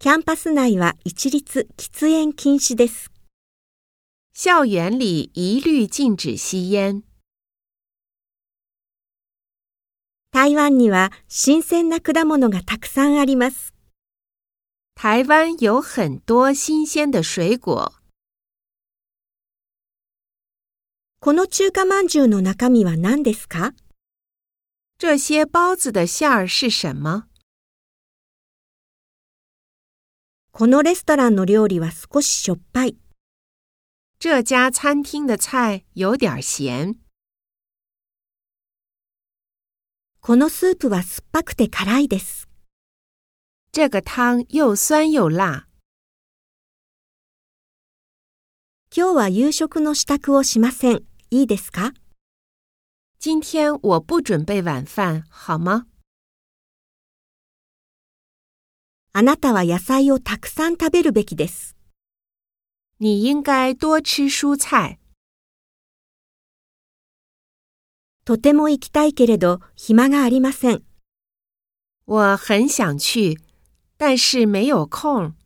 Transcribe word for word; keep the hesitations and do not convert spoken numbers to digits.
キャンパス内は一律喫煙禁止です。 校園里一律禁止吸煙。 台湾には新鮮な果物がたくさんあります。 台湾有很多新鮮的水果。 この中華まんじゅうの中身は何ですか？ 这些包子的馅儿是什么？ このレストランの料理は少ししょっぱい。 这家餐厅的菜有点咸。 このスープは酸っぱくて辛いです。 这个汤又酸又辣。 今日は夕食の支度をしません。いいですか？ 今天我不准备晚饭，好吗？ あなたは野菜をたくさん食べるべきです。 你应该多吃蔬菜。 とても行きたいけれど、暇がありません。 我很想去，但是没有空。